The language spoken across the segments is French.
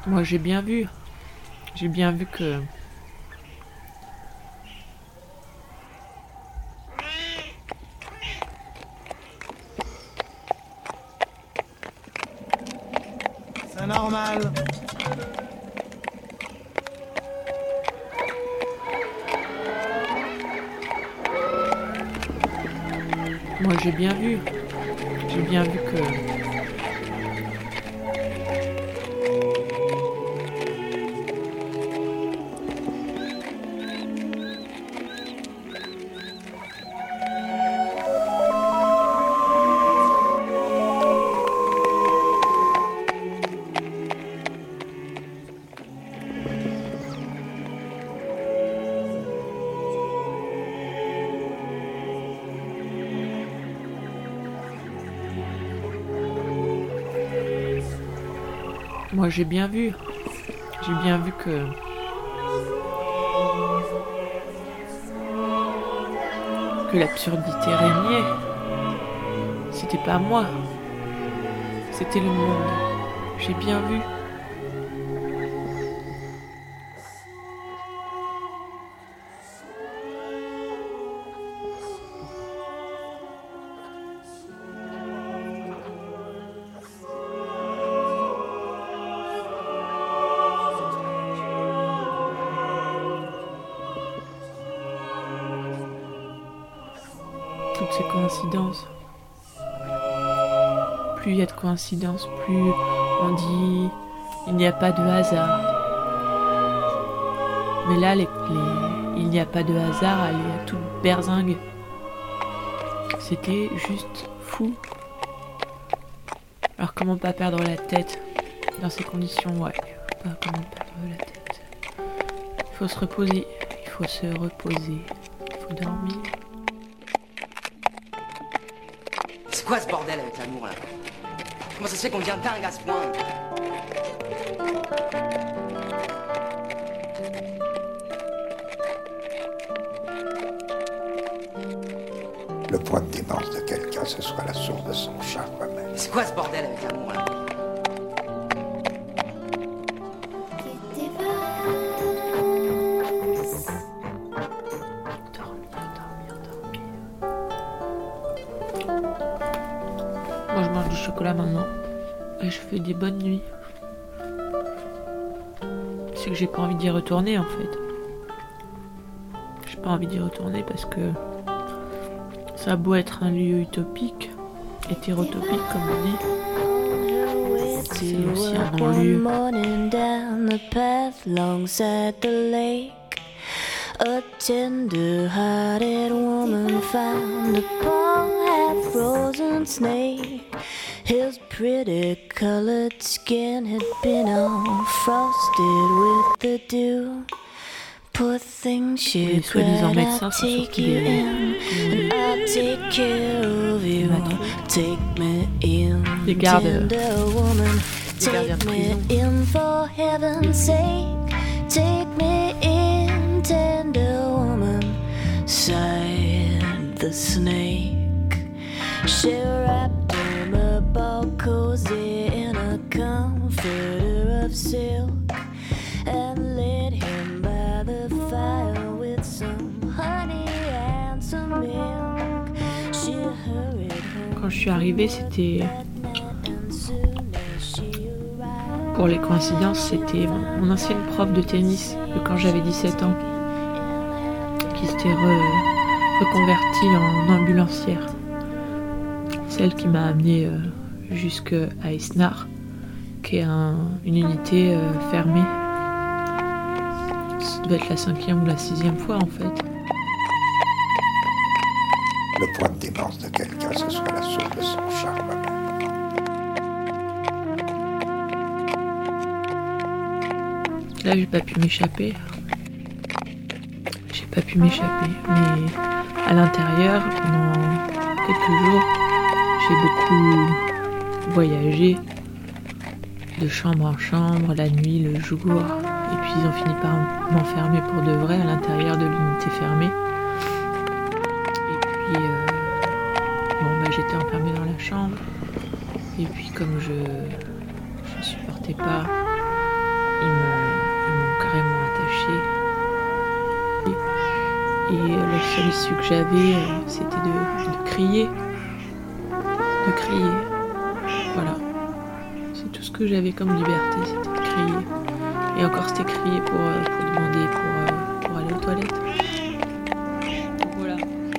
Moi j'ai bien vu que c'est normal. Moi j'ai bien vu que moi j'ai bien vu que l'absurdité régnait. C'était pas moi, c'était le monde. J'ai bien vu. Toutes ces coïncidences. Plus il y a de coïncidences, plus on dit il n'y a pas de hasard. Mais là, il n'y a pas de hasard, elle est toute berzingue. C'était juste fou. Alors comment pas perdre la tête dans ces conditions? Ouais, pas comment perdre la tête. Il faut se reposer, il faut dormir. C'est quoi ce bordel avec l'amour là? Comment ça se fait qu'on devient dingue à ce point? Le point de démence de quelqu'un, ce soit la source de son charme même. C'est quoi ce bordel avec l'amour là? Moi je mange du chocolat maintenant et je fais des bonnes nuits. C'est que j'ai pas envie d'y retourner en fait. J'ai pas envie d'y retourner parce que ça a beau être un lieu utopique, hétérotopique comme on dit, c'est aussi un non-lieu. A tender-hearted woman found a poor half-frozen snake. His pretty colored skin had been all frosted with the dew. Poor thing, she cried, I'll take you in, and I'll take care of you. Take me in, tender woman. Take me in for heaven's sake. Take me in, tender woman, sighed the snake. She wrapped him up all cozy in a comforter of silk and laid him by the fire with some honey and some milk. She hurried home. Quand je suis arrivée, c'était... Pour les coïncidences, c'était mon ancienne prof de tennis de quand j'avais 17 ans qui s'était reconvertie en ambulancière. Celle qui m'a amenée jusqu'à Esnard, qui est une unité fermée. Ça doit être la 5e ou la 6e fois en fait. Le point de démence de quelqu'un, ce soit la source de son charme même. Là, j'ai pas pu m'échapper. Mais à l'intérieur, pendant quelques jours, j'ai beaucoup voyagé de chambre en chambre, la nuit, le jour. Et puis ils ont fini par m'enfermer pour de vrai à l'intérieur de l'unité fermée. Et puis, j'étais enfermée dans la chambre. Et puis comme je supportais pas Et la seule issue que j'avais, c'était de crier. De crier. Voilà. C'est tout ce que j'avais comme liberté, c'était de crier. Et encore, c'était crier pour demander pour aller aux toilettes. Donc voilà.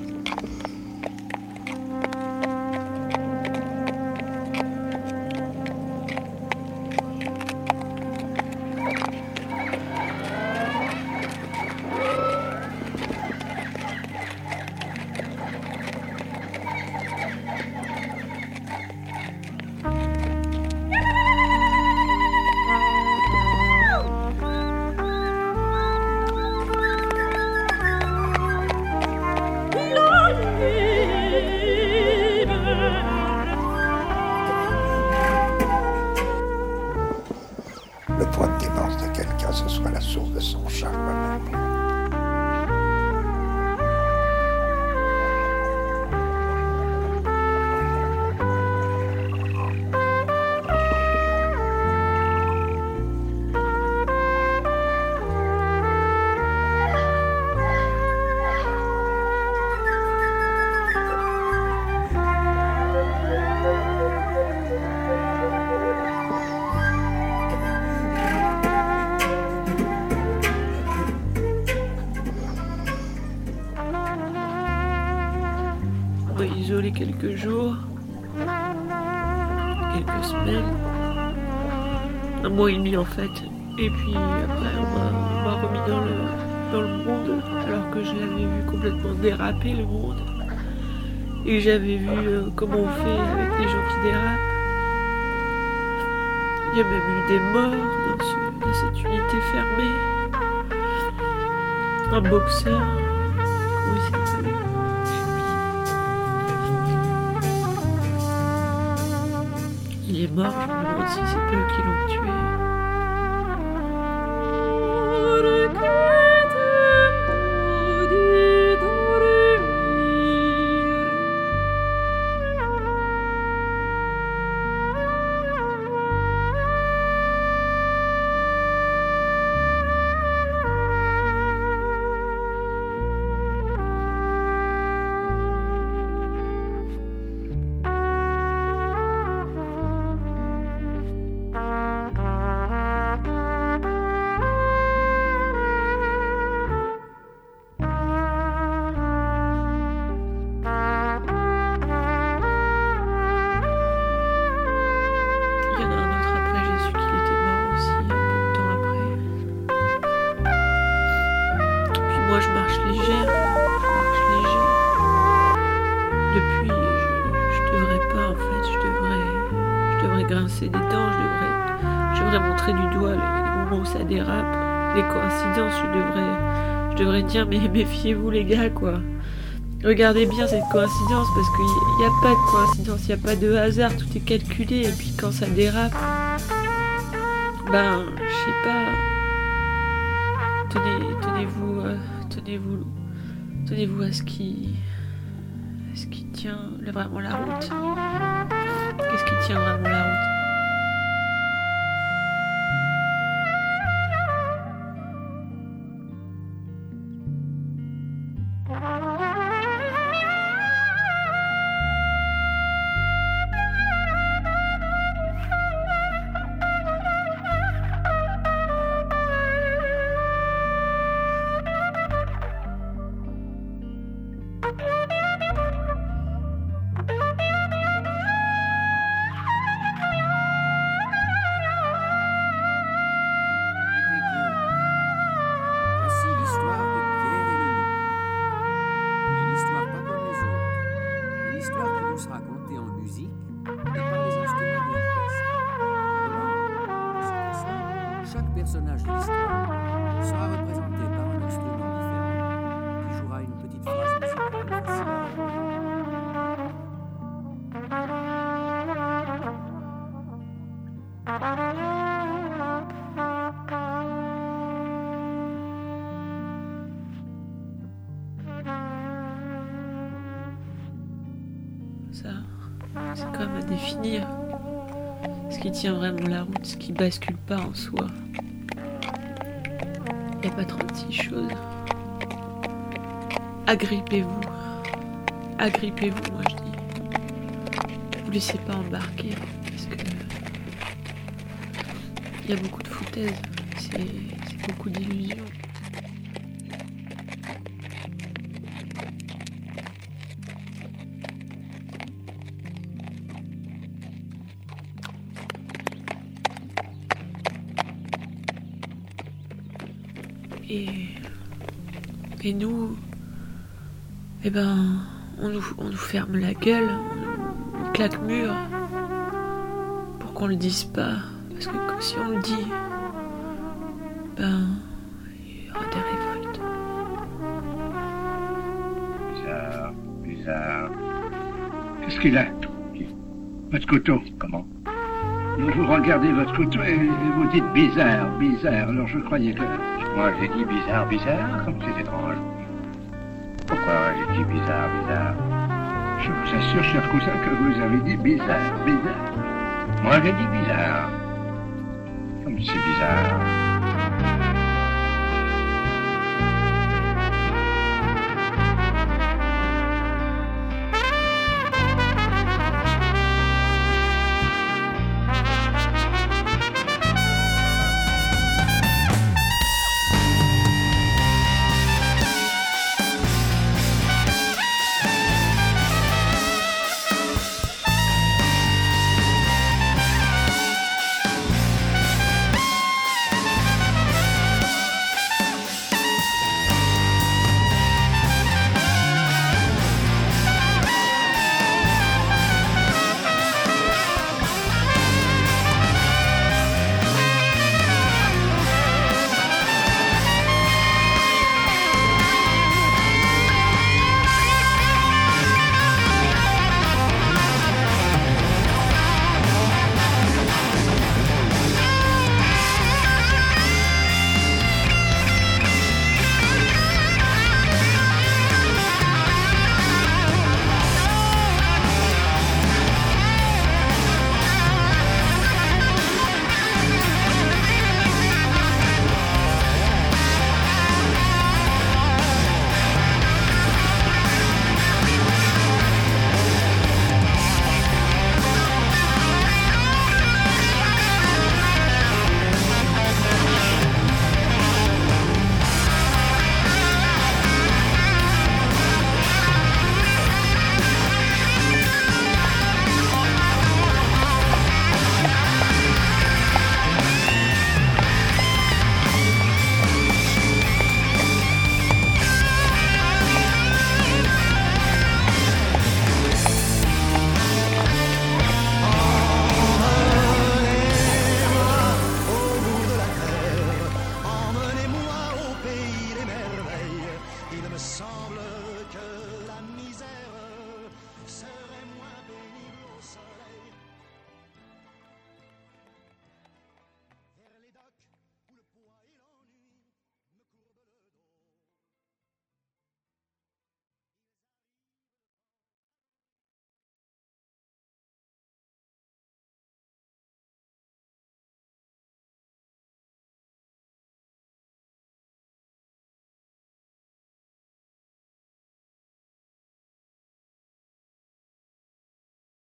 Le point de démence de quelqu'un, ce soit la source de son charme même. On m'a isolé quelques jours, quelques semaines, un mois et demi en fait. Et puis après on m'a remis dans le monde, alors que je l'avais vu complètement déraper le monde. Et j'avais vu comment on fait avec les gens qui dérapent. Il y a même eu des morts dans cette unité fermée. Un boxeur, comment il s'appelle ? Il est mort, je me demande si c'est pas eux qui l'ont tué. Moi je marche légère, Depuis, je devrais pas en fait, je devrais grincer des dents, je devrais montrer du doigt les moments où ça dérape, les coïncidences, je devrais dire mais méfiez-vous les gars quoi. Regardez bien cette coïncidence parce qu'il n'y a pas de coïncidence, il n'y a pas de hasard, tout est calculé et puis quand ça dérape, ben je sais pas. Tenez-vous à ce qui tient vraiment la route. Qu'est-ce qui tient vraiment la route? Racontée en musique et par les instruments de l'orchestre. De cette façon, chaque personnage de l'histoire sera représenté par un instrument différent qui jouera une petite phrase musicale facile à Ça, c'est quand même à définir ce qui tient vraiment la route, ce qui bascule pas en soi. Il n'y a pas 36 choses. agrippez-vous. Agrippez-vous, moi je dis. Vous laissez pas embarquer, parce que il y a beaucoup de foutaises, c'est beaucoup d'illusions. Et nous, eh ben, on nous ferme la gueule, on nous claque mur pour qu'on le dise pas, parce que si on le dit, ben, il y aura des révoltes. Bizarre. Qu'est-ce qu'il a? Votre couteau, comment? Vous regardez votre couteau et vous dites bizarre. Alors je croyais que... Moi j'ai dit bizarre, comme c'est étrange. Pourquoi j'ai dit bizarre? Je vous assure, cher cousin, que vous avez dit bizarre. Moi j'ai dit bizarre. Comme c'est bizarre.